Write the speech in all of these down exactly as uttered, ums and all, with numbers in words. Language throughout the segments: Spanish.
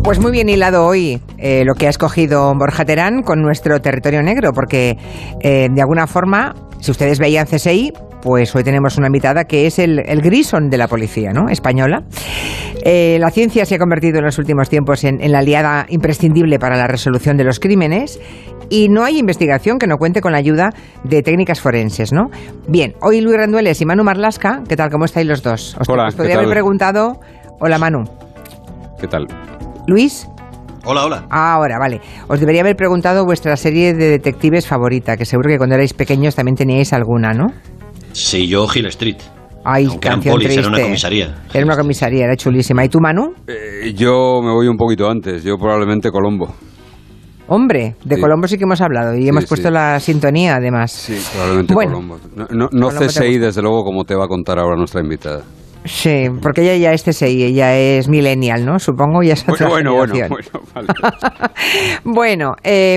Pues muy bien hilado hoy eh, lo que ha escogido Borja Terán con nuestro territorio negro, porque eh, de alguna forma, si ustedes veían C S I, pues hoy tenemos una invitada que es el, el Grison de la policía, ¿no?, española. Eh, la ciencia se ha convertido en los últimos tiempos en, en la aliada imprescindible para la resolución de los crímenes y no hay investigación que no cuente con la ayuda de técnicas forenses, ¿no? Bien, hoy Luis Rendueles y Manu Marlasca, ¿qué tal? ¿Cómo estáis los dos? Os, Hola, os podría haber preguntado... Hola, Manu. ¿Qué tal? Luis. Hola, hola. Ahora, vale. Os debería haber preguntado vuestra serie de detectives favorita, que seguro que cuando erais pequeños también teníais alguna, ¿no? Sí, yo Hill Street. Ay, aunque eran canción polis, triste. era una comisaría. Era una comisaría, era chulísima. ¿Y tú, Manu? Eh, yo me voy un poquito antes, yo probablemente Colombo. Hombre, de sí. Colombo sí que hemos hablado y sí, hemos puesto sí. la sintonía, además. Sí, probablemente bueno, Colombo. No, no, no C S I, desde luego, como te va a contar ahora nuestra invitada. Sí, porque ella ya es C S I, ella es millennial, ¿no? Supongo, ya es otra bueno, bueno, generación. bueno, bueno, vale. Bueno, eh,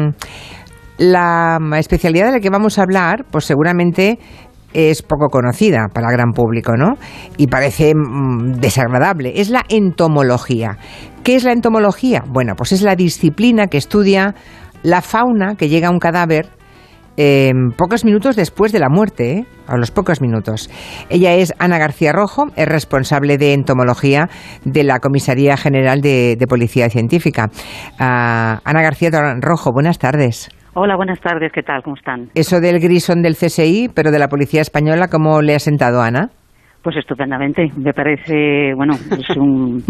la especialidad de la que vamos a hablar, pues seguramente es poco conocida para el gran público, ¿no? Y parece mmm, desagradable. Es la entomología. ¿Qué es la entomología? Bueno, pues es la disciplina que estudia la fauna que llega a un cadáver Eh, pocos minutos después de la muerte, ¿eh? A los pocos minutos. Ella es Ana García Rojo, es responsable de entomología de la Comisaría General de, de Policía Científica. Uh, Ana García Rojo, buenas tardes. Hola, buenas tardes, ¿qué tal? ¿Cómo están? Eso del Grison del C S I, pero de la Policía Española, ¿cómo le ha sentado, Ana? Pues estupendamente, me parece, bueno, es un...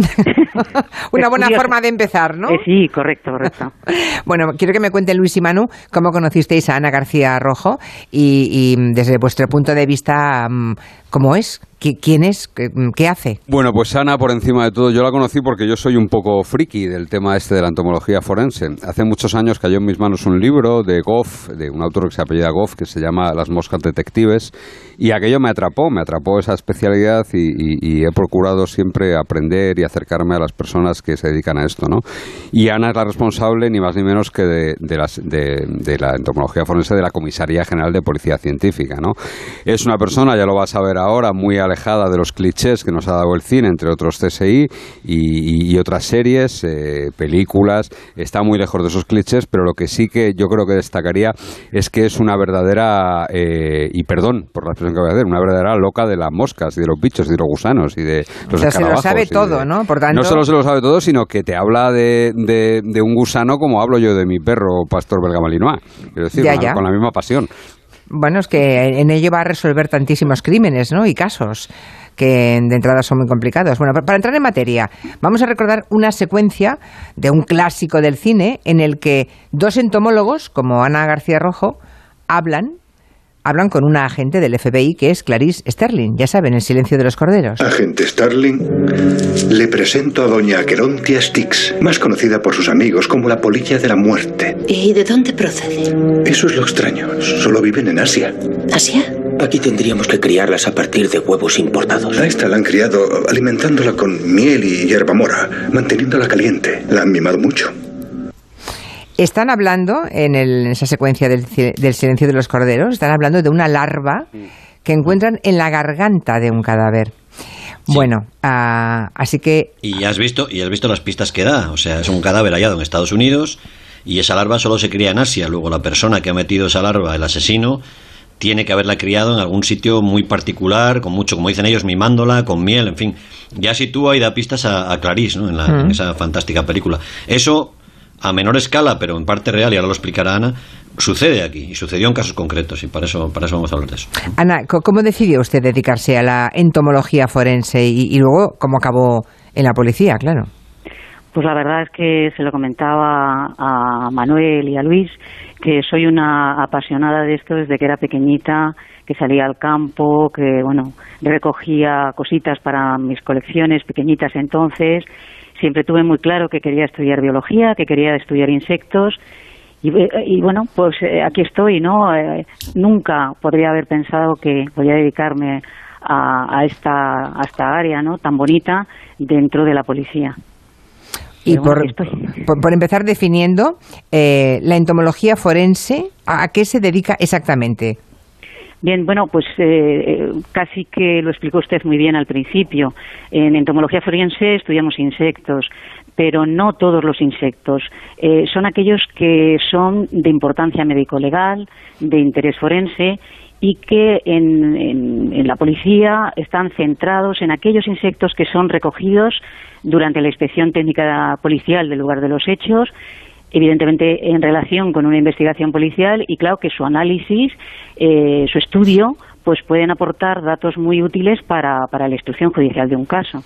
Una buena forma de empezar, ¿no? Eh, sí, correcto, correcto. Bueno, quiero que me cuenten, Luis y Manu, cómo conocisteis a Ana García Rojo y, y desde vuestro punto de vista, ¿cómo es? ¿Quién es? ¿Qué hace? Bueno, pues Ana, por encima de todo, yo la conocí porque yo soy un poco friki del tema este de la entomología forense. Hace muchos años cayó en mis manos un libro de Goff, de un autor que se apellida Goff, que se llama Las moscas detectives, y aquello me atrapó, me atrapó esa especialidad y, y, y he procurado siempre aprender y acercarme a las personas que se dedican a esto, ¿no? Y Ana es la responsable, ni más ni menos que de, de, las, de, de la entomología forense de la Comisaría General de Policía Científica, ¿no? Es una persona, ya lo vas a ver ahora, muy alejada de los clichés que nos ha dado el cine, entre otros C S I y, y, y otras series, eh, películas. Está muy lejos de esos clichés, pero lo que sí que yo creo que destacaría es que es una verdadera, eh, y perdón por la expresión que voy a hacer, una verdadera loca de las moscas y de los bichos y de los gusanos y de los escarabajos. O sea, se lo sabe de, todo, ¿no? Por tanto... No solo se lo sabe todo, sino que te habla de, de, de un gusano como hablo yo de mi perro pastor belga malinois. Quiero decir, ya, con, ya. con la misma pasión. Bueno, es que en ello va a resolver tantísimos crímenes, ¿no? Y casos que de entrada son muy complicados. Bueno, para entrar en materia, vamos a recordar una secuencia de un clásico del cine en el que dos entomólogos, como Ana García Rojo, hablan hablan con una agente del F B I que es Clarice Sterling, ya saben, El silencio de los corderos. Agente Sterling, le presento a doña Aquerontia Styx, más conocida por sus amigos como la polilla de la muerte. ¿Y de dónde procede? Eso es lo extraño, solo viven en Asia. ¿Asia? Aquí tendríamos que criarlas a partir de huevos importados. A esta la han criado alimentándola con miel y hierbamora, manteniéndola caliente. La han mimado mucho. Están hablando, en, el, en esa secuencia del, del silencio de los corderos, están hablando de una larva que encuentran en la garganta de un cadáver. Sí. Bueno, uh, así que... Y has visto y has visto las pistas que da. O sea, es un cadáver hallado en Estados Unidos y esa larva solo se cría en Asia. Luego la persona que ha metido esa larva, el asesino, tiene que haberla criado en algún sitio muy particular, con mucho, como dicen ellos, mimándola, con miel, en fin. Ya sitúa y da pistas a, a Clarice, ¿no? En, la, mm. en esa fantástica película. Eso... a menor escala, pero en parte real, y ahora lo explicará Ana, sucede aquí, y sucedió en casos concretos, y para eso, para eso vamos a hablar de eso. Ana, ¿cómo decidió usted dedicarse a la entomología forense y, y luego cómo acabó en la policía, claro? Pues la verdad es que se lo comentaba a Manuel y a Luis, que soy una apasionada de esto desde que era pequeñita, que salía al campo, que, bueno, recogía cositas para mis colecciones pequeñitas entonces. Siempre tuve muy claro que quería estudiar biología, que quería estudiar insectos y, y bueno, pues eh, aquí estoy, ¿no? Eh, nunca podría haber pensado que podía dedicarme a, a, esta, a esta área, ¿no? Tan bonita dentro de la policía. Y por, por, por empezar definiendo, eh, la entomología forense, ¿a, a qué se dedica exactamente? Bien, bueno, pues eh, casi que lo explicó usted muy bien al principio. En entomología forense estudiamos insectos, pero no todos los insectos. Eh, son aquellos que son de importancia médico-legal, de interés forense, y que en, en, en la policía están centrados en aquellos insectos que son recogidos durante la inspección técnica policial del lugar de los hechos, evidentemente en relación con una investigación policial, y claro que su análisis, eh, su estudio, pues pueden aportar datos muy útiles para, para la instrucción judicial de un caso.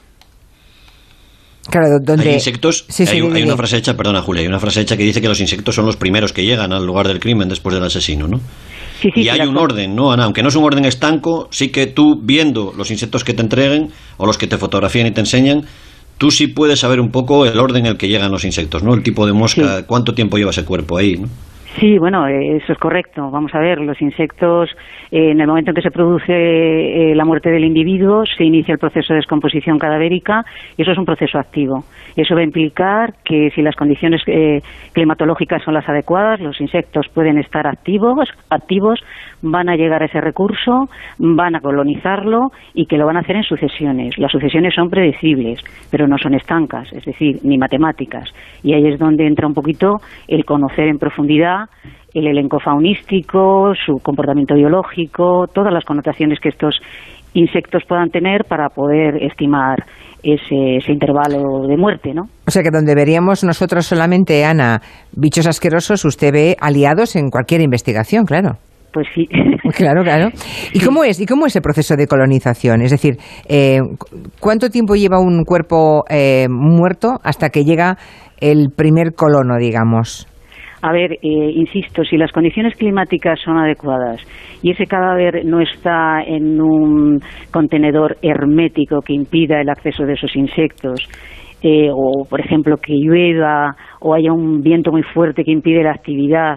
Claro, donde... Hay insectos, sí, sí, hay, sí, hay sí. una frase hecha, perdona Julia, hay una frase hecha que dice que los insectos son los primeros que llegan al lugar del crimen después del asesino, ¿no? Sí, sí, y hay claro. un orden, ¿no, Ana? Aunque no es un orden estanco, sí que tú, viendo los insectos que te entreguen, o los que te fotografían y te enseñan, tú sí puedes saber un poco el orden en el que llegan los insectos, ¿no? El tipo de mosca, Sí. cuánto tiempo lleva ese cuerpo ahí, ¿no? Sí, bueno, eh, eso es correcto. Vamos a ver, los insectos, eh, en el momento en que se produce eh, la muerte del individuo, se inicia el proceso de descomposición cadavérica, y eso es un proceso activo. Eso va a implicar que si las condiciones eh, climatológicas son las adecuadas, los insectos pueden estar activos, activos, van a llegar a ese recurso, van a colonizarlo, y que lo van a hacer en sucesiones. Las sucesiones son predecibles, pero no son estancas, es decir, ni matemáticas. Y ahí es donde entra un poquito el conocer en profundidad el elenco faunístico, su comportamiento biológico, todas las connotaciones que estos insectos puedan tener para poder estimar ese, ese intervalo de muerte, ¿no? O sea que donde veríamos nosotros solamente, Ana, bichos asquerosos, usted ve aliados en cualquier investigación, claro. Pues sí. Claro, claro. ¿Y cómo es, y cómo es el proceso de colonización? Es decir, eh, ¿cuánto tiempo lleva un cuerpo eh, muerto hasta que llega el primer colono, digamos? A ver, eh, insisto, si las condiciones climáticas son adecuadas y ese cadáver no está en un contenedor hermético que impida el acceso de esos insectos, eh, o por ejemplo que llueva o haya un viento muy fuerte que impide la actividad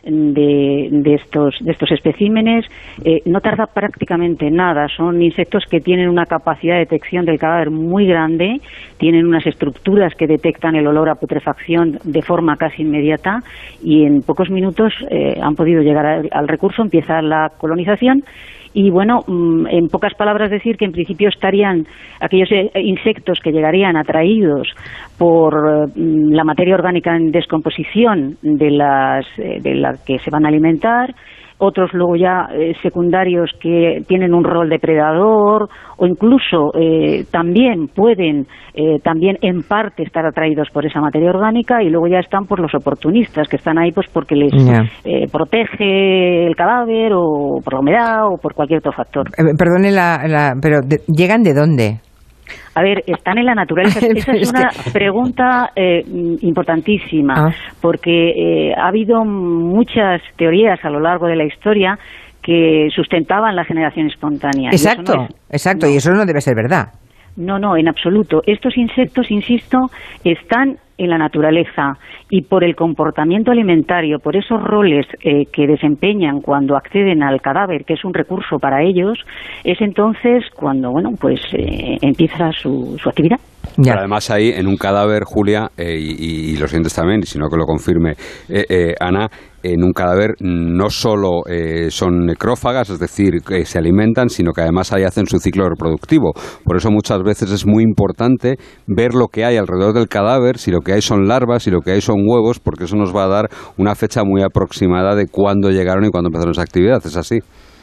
de, de estos de estos especímenes, eh, no tarda prácticamente nada. Son insectos que tienen una capacidad de detección del cadáver muy grande, tienen unas estructuras que detectan el olor a putrefacción de forma casi inmediata, y en pocos minutos eh, han podido llegar al, al recurso, empieza la colonización. Y bueno, en pocas palabras decir que en principio estarían aquellos insectos que llegarían atraídos por la materia orgánica en descomposición de las de la que se van a alimentar, otros luego ya eh, secundarios que tienen un rol depredador, o incluso eh, también pueden eh, también en parte estar atraídos por esa materia orgánica, y luego ya están por los oportunistas que están ahí pues porque les Yeah. eh, protege el cadáver, o por la humedad, o por cualquier otro factor. Eh, perdone, la, la, pero de, ¿llegan de dónde? A ver, están en la naturaleza. Esa es una pregunta eh, importantísima, Ah. porque eh, ha habido muchas teorías a lo largo de la historia que sustentaban la generación espontánea. Y eso Exacto, no es- exacto, no. y eso no debe ser verdad. No, no, en absoluto. Estos insectos, insisto, están en la naturaleza, y por el comportamiento alimentario, por esos roles eh, que desempeñan cuando acceden al cadáver, que es un recurso para ellos, es entonces cuando, bueno, pues eh, empieza su, su actividad. Ya. Pero además ahí, en un cadáver, Julia, eh, y, y los oyentes también, y si no que lo confirme eh, eh, Ana, en un cadáver no solo eh, son necrófagas, es decir, que se alimentan, sino que además ahí hacen su ciclo reproductivo. Por eso muchas veces es muy importante ver lo que hay alrededor del cadáver, si lo que hay son larvas, si lo que hay son huevos, porque eso nos va a dar una fecha muy aproximada de cuándo llegaron y cuándo empezaron esa actividad. ¿Es así?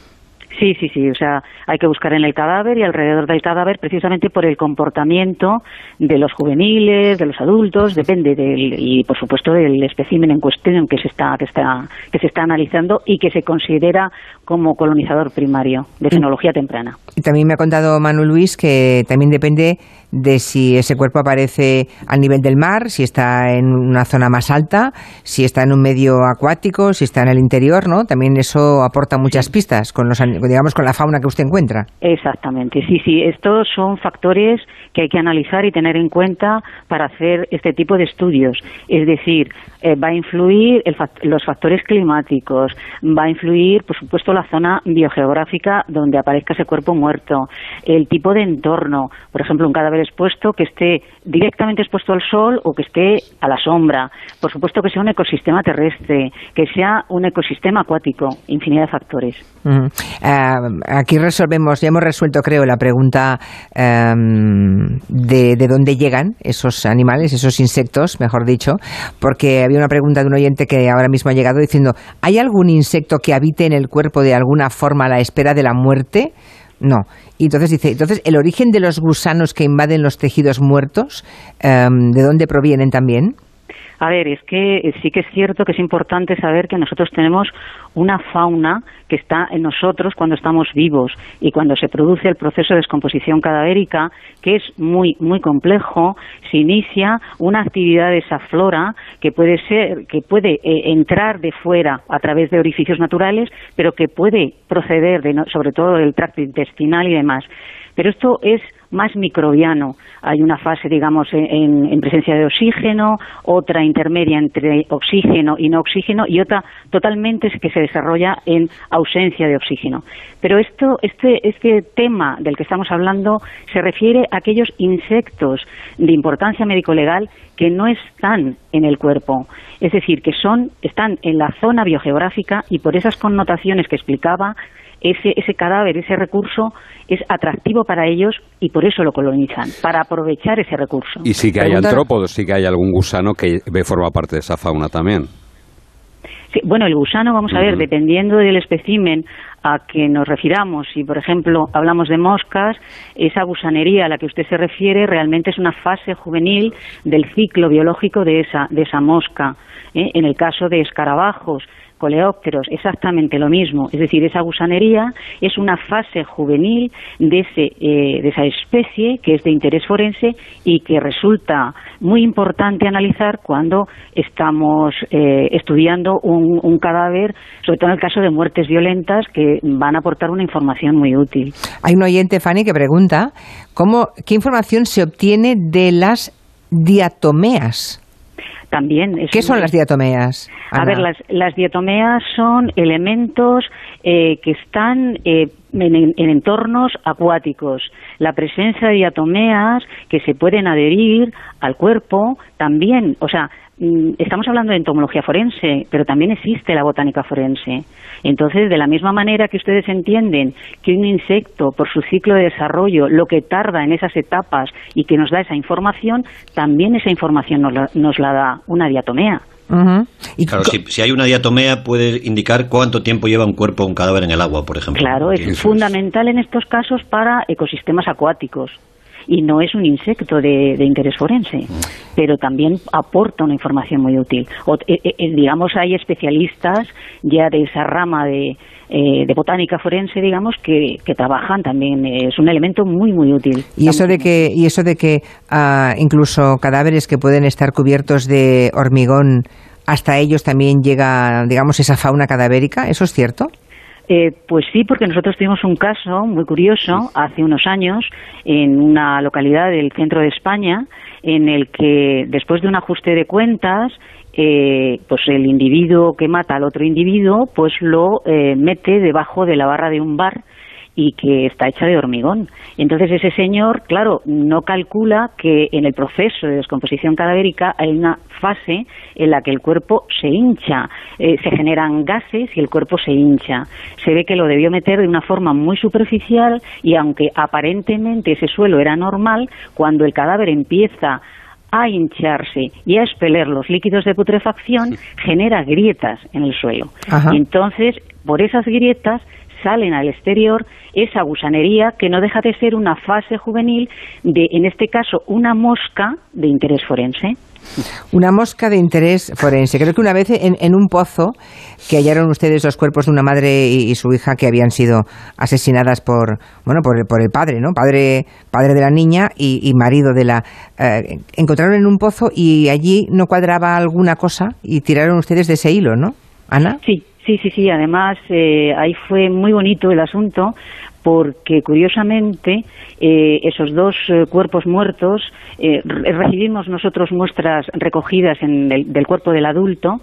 Sí, sí, sí, o sea, hay que buscar en el cadáver y alrededor del cadáver, precisamente por el comportamiento de los juveniles, de los adultos, depende del, y por supuesto del espécimen en cuestión que se está que está que se está analizando y que se considera como colonizador primario de fenología temprana. Y también me ha contado Manu Luis que también depende de si ese cuerpo aparece al nivel del mar, si está en una zona más alta, si está en un medio acuático, si está en el interior, ¿no? También eso aporta muchas pistas con los an- digamos, con la fauna que usted encuentra. Exactamente, sí, sí. Estos son factores que hay que analizar y tener en cuenta para hacer este tipo de estudios. Es decir, eh, va a influir el fact- los factores climáticos, va a influir, por supuesto, la zona biogeográfica donde aparezca ese cuerpo muerto, el tipo de entorno, por ejemplo, un cadáver expuesto que esté directamente expuesto al sol o que esté a la sombra, por supuesto que sea un ecosistema terrestre, que sea un ecosistema acuático, infinidad de factores. Uh-huh. Uh, aquí resolvemos, ya hemos resuelto, creo, la pregunta um, de, de dónde llegan esos animales, esos insectos, mejor dicho, porque había una pregunta de un oyente que ahora mismo ha llegado diciendo, ¿hay algún insecto que habite en el cuerpo de alguna forma a la espera de la muerte? No. Y entonces dice, entonces, ¿el origen de los gusanos que invaden los tejidos muertos, um, de dónde provienen también? A ver, es que sí que es cierto que es importante saber que nosotros tenemos una fauna que está en nosotros cuando estamos vivos y cuando se produce el proceso de descomposición cadavérica, que es muy muy complejo, se inicia una actividad de esa flora que puede ser que puede eh, entrar de fuera a través de orificios naturales, pero que puede proceder de, sobre todo del tracto intestinal y demás. Pero esto es más microbiano. Hay una fase, digamos, en, en presencia de oxígeno, otra intermedia entre oxígeno y no oxígeno, y otra totalmente que se desarrolla en ausencia de oxígeno. Pero esto, este, este tema del que estamos hablando se refiere a aquellos insectos de importancia médico-legal que no están en el cuerpo. Es decir, que son, están en la zona biogeográfica y por esas connotaciones que explicaba, ese, ese cadáver, ese recurso es atractivo para ellos y por eso lo colonizan, para aprovechar ese recurso. Y sí que hay Pregunta... antrópodos, sí que hay algún gusano que forma parte de esa fauna también. Sí, bueno, el gusano, vamos a ver, uh-huh. dependiendo del espécimen a que nos refiramos, si por ejemplo hablamos de moscas, esa gusanería a la que usted se refiere realmente es una fase juvenil del ciclo biológico de esa, de esa mosca. ¿eh? En el caso de escarabajos, coleópteros, exactamente lo mismo. Es decir, esa gusanería es una fase juvenil de, ese, eh, de esa especie que es de interés forense y que resulta muy importante analizar cuando estamos eh, estudiando un, un cadáver, sobre todo en el caso de muertes violentas, que van a aportar una información muy útil. Hay un oyente, Fanny, que pregunta ¿cómo, ¿qué información se obtiene de las diatomeas? También es ¿Qué son muy... las diatomeas, Ana? A ver, las, las diatomeas son elementos eh, que están eh, en, en entornos acuáticos. La presencia de diatomeas que se pueden adherir al cuerpo también, o sea, estamos hablando de entomología forense, pero también existe la botánica forense. Entonces, de la misma manera que ustedes entienden que un insecto, por su ciclo de desarrollo, lo que tarda en esas etapas y que nos da esa información, también esa información nos la, nos la da una diatomea. Uh-huh. Y claro, si, si hay una diatomea puede indicar cuánto tiempo lleva un cuerpo o un cadáver en el agua, por ejemplo. Claro, es Eso fundamental es. en estos casos para ecosistemas acuáticos. Y no es un insecto de, de interés forense, pero también aporta una información muy útil. O, eh, eh, digamos, hay especialistas ya de esa rama de, eh, de botánica forense, digamos, que, que trabajan también. Eh, es un elemento muy, muy útil. Y eso de que, y eso de que uh, incluso cadáveres que pueden estar cubiertos de hormigón, hasta ellos también llega, digamos, esa fauna cadavérica, ¿eso es cierto? Eh, pues sí, porque nosotros tuvimos un caso muy curioso hace unos años en una localidad del centro de España en el que después de un ajuste de cuentas eh, pues el individuo que mata al otro individuo pues lo eh, mete debajo de la barra de un bar y que está hecha de hormigón. Entonces ese señor, claro, no calcula que en el proceso de descomposición cadavérica hay una fase en la que el cuerpo se hincha, eh, se generan gases y el cuerpo se hincha. Se ve que lo debió meter de una forma muy superficial y aunque aparentemente ese suelo era normal, cuando el cadáver empieza a hincharse y a expeler los líquidos de putrefacción, genera grietas en el suelo. Ajá. Y entonces, por esas grietas, salen al exterior esa gusanería que no deja de ser una fase juvenil de, en este caso, una mosca de interés forense. Una mosca de interés forense. Creo que una vez en, en un pozo que hallaron ustedes los cuerpos de una madre y, y su hija que habían sido asesinadas por, bueno, por, por el padre, ¿no? Padre, padre de la niña y, y marido de la... Eh, encontraron en un pozo y allí no cuadraba alguna cosa y tiraron ustedes de ese hilo, ¿no, Ana? Sí. Sí, Sí, sí, sí. Además, eh, ahí fue muy bonito el asunto, porque curiosamente eh, esos dos eh, cuerpos muertos, eh, recibimos nosotros muestras recogidas en el, del cuerpo del adulto,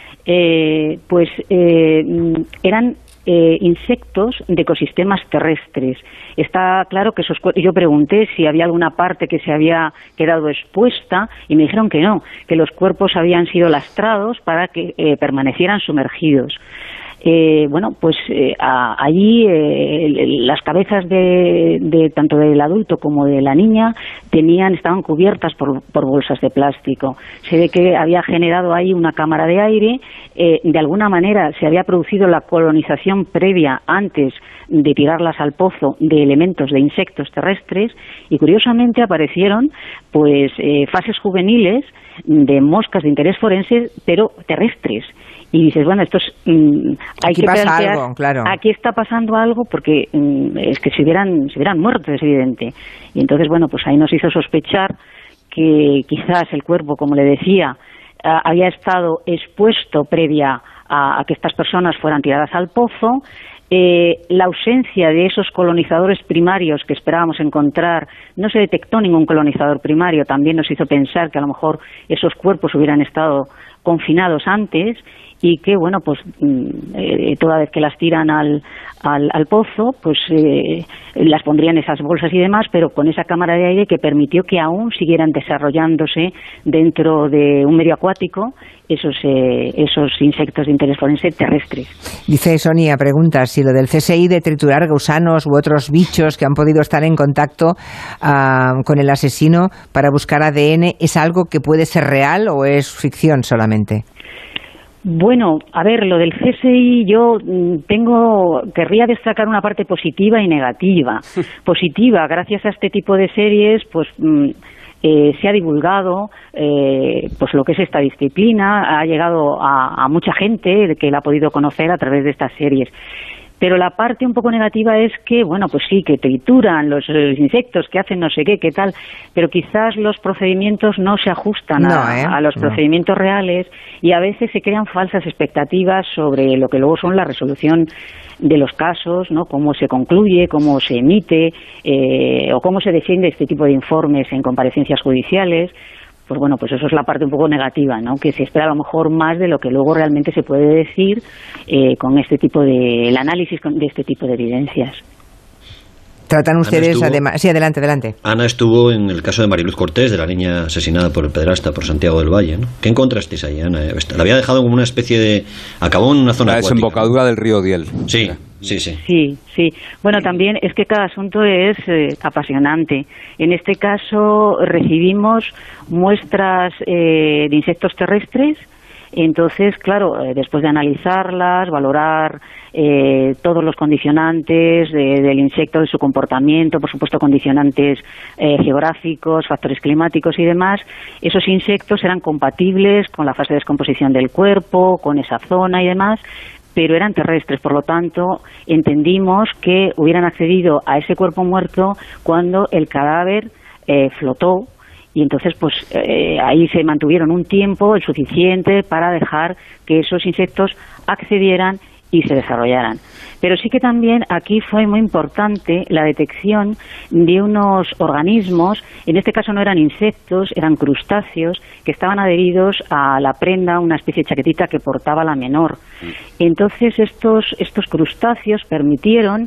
eh, pues eh, eran eh, insectos de ecosistemas terrestres. Está claro que esos, yo pregunté si había alguna parte que se había quedado expuesta y me dijeron que no, que los cuerpos habían sido lastrados para que eh, permanecieran sumergidos. Eh, bueno, pues eh, a, allí eh, las cabezas de, de tanto del adulto como de la niña tenían estaban cubiertas por, por bolsas de plástico. Se ve que había generado ahí una cámara de aire, eh, de alguna manera se había producido la colonización previa antes de tirarlas al pozo de elementos de insectos terrestres y curiosamente aparecieron pues eh, fases juveniles de moscas de interés forense pero terrestres. Y dices, bueno, esto es, mmm, hay aquí que pasa plantear, algo, claro. Aquí está pasando algo porque mmm, es que se hubieran, se hubieran muerto, es evidente. Y entonces, bueno, pues ahí nos hizo sospechar que quizás el cuerpo, como le decía, uh, había estado expuesto previa a, a que estas personas fueran tiradas al pozo. Eh, la ausencia de esos colonizadores primarios que esperábamos encontrar, no se detectó ningún colonizador primario, también nos hizo pensar que a lo mejor esos cuerpos hubieran estado confinados antes y que, bueno, pues eh, toda vez que las tiran al, al, al pozo, pues eh, las pondrían en esas bolsas y demás, pero con esa cámara de aire que permitió que aún siguieran desarrollándose dentro de un medio acuático esos eh, esos insectos de interés forense terrestres. Dice Sonia, pregunta si lo del C S I de triturar gusanos u otros bichos que han podido estar en contacto uh, con el asesino para buscar A D N, ¿es algo que puede ser real o es ficción solamente? Bueno, a ver, lo del C S I yo tengo, querría destacar una parte positiva y negativa. Positiva, gracias a este tipo de series, pues eh, se ha divulgado eh, pues lo que es esta disciplina, ha llegado a, a mucha gente que la ha podido conocer a través de estas series. Pero la parte un poco negativa es que, bueno, pues sí, que trituran los, los insectos, que hacen no sé qué, qué tal, pero quizás los procedimientos no se ajustan no, a, ¿eh? a los procedimientos no. reales y a veces se crean falsas expectativas sobre lo que luego son la resolución de los casos, ¿no? Cómo se concluye, cómo se emite eh, o cómo se defiende este tipo de informes en comparecencias judiciales. Pues bueno, pues eso es la parte un poco negativa, ¿no? Que se espera a lo mejor más de lo que luego realmente se puede decir eh, con este tipo de el análisis de este tipo de evidencias. Tratan ustedes además... Sí, adelante, adelante. Ana estuvo en el caso de Mariluz Cortés, de la niña asesinada por el pederasta, por Santiago del Valle, ¿no? ¿Qué encontrasteis ahí, Ana? La había dejado como una especie de... Acabó en una zona la acuática. desembocadura del río Diel. Sí, sí, sí. Sí, sí. Bueno, también es que cada asunto es eh, apasionante. En este caso recibimos muestras eh, de insectos terrestres. Entonces, claro, eh, después de analizarlas, valorar eh, todos los condicionantes de, del insecto, de su comportamiento, por supuesto condicionantes eh, geográficos, factores climáticos y demás, esos insectos eran compatibles con la fase de descomposición del cuerpo, con esa zona y demás, pero eran terrestres, por lo tanto, entendimos que hubieran accedido a ese cuerpo muerto cuando el cadáver eh, flotó. Y entonces, pues eh, ahí se mantuvieron un tiempo el suficiente para dejar que esos insectos accedieran y se desarrollaran. Pero sí que también aquí fue muy importante la detección de unos organismos, en este caso no eran insectos, eran crustáceos, que estaban adheridos a la prenda, una especie de chaquetita que portaba la menor. Entonces estos, estos crustáceos permitieron,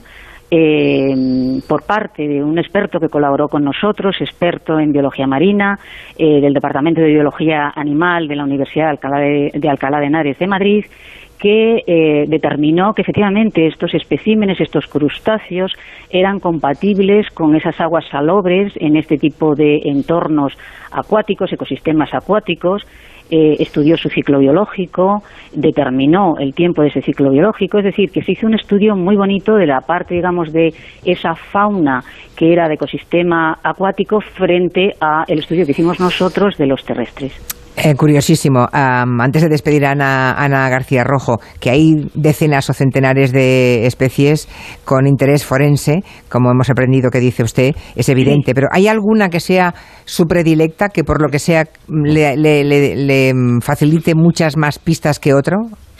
Eh, por parte de un experto que colaboró con nosotros, experto en biología marina, eh, del Departamento de Biología Animal de la Universidad de Alcalá de, de, Alcalá de Henares de Madrid, que eh, determinó que efectivamente estos especímenes, estos crustáceos, eran compatibles con esas aguas salobres en este tipo de entornos acuáticos, ecosistemas acuáticos. Eh, estudió su ciclo biológico, determinó el tiempo de ese ciclo biológico, es decir, que se hizo un estudio muy bonito de la parte, digamos, de esa fauna que era de ecosistema acuático frente al estudio que hicimos nosotros de los terrestres. Eh, curiosísimo. Um, antes de despedir a Ana, Ana García Rojo, que hay decenas o centenares de especies con interés forense, como hemos aprendido que dice usted, es evidente, sí. Pero ¿hay alguna que sea su predilecta, que por lo que sea le, le, le, le facilite muchas más pistas que otro?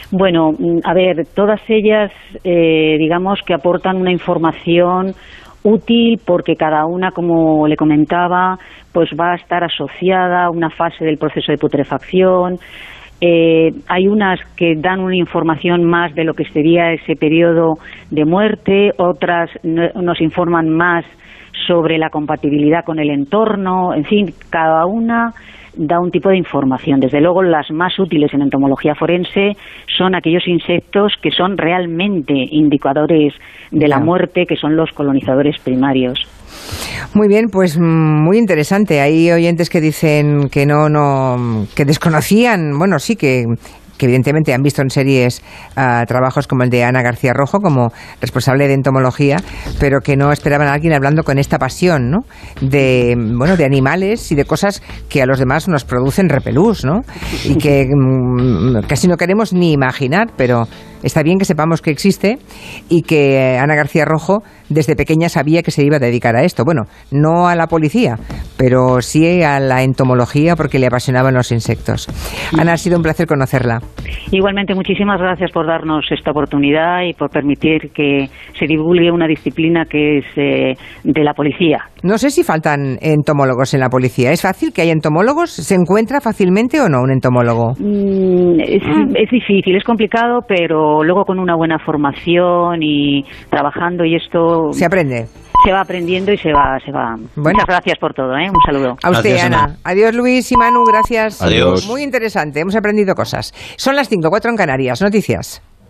Bueno, a ver, todas ellas, eh, digamos que aportan una información útil porque cada una, como le comentaba, pues va a estar asociada a una fase del proceso de putrefacción. Eh, hay unas que dan una información más de lo que sería ese periodo de muerte, otras no, nos informan más sobre la compatibilidad con el entorno, en fin, cada una da un tipo de información. Desde luego, las más útiles en entomología forense son aquellos insectos que son realmente indicadores de la muerte, que son los colonizadores primarios. Muy bien, pues muy interesante. Hay oyentes que dicen que no, no, que desconocían, bueno, sí que... que evidentemente han visto en series uh, trabajos como el de Ana García Rojo como responsable de entomología, pero que no esperaban a alguien hablando con esta pasión, ¿no? De, bueno, de animales y de cosas que a los demás nos producen repelús, ¿no? Y que mm, casi no queremos ni imaginar, pero está bien que sepamos que existe y que Ana García Rojo desde pequeña sabía que se iba a dedicar a esto. Bueno, no a la policía, pero sí a la entomología porque le apasionaban los insectos. Ana, ha sido un placer conocerla. Igualmente, muchísimas gracias por darnos esta oportunidad y por permitir que se divulgue una disciplina que es eh, de la policía. No sé si faltan entomólogos en la policía. ¿Es fácil que haya entomólogos? ¿Se encuentra fácilmente o no un entomólogo? Mm, es, es difícil, es complicado, pero luego con una buena formación y trabajando y esto... Se aprende. Se va aprendiendo y se va... se va. Bueno. Muchas gracias por todo, ¿eh? Un saludo. A usted, Gracias, Ana. Ana. Adiós, Luis y Manu, gracias. Adiós. Muy interesante, hemos aprendido cosas. Son las cinco, cuatro en Canarias. Noticias.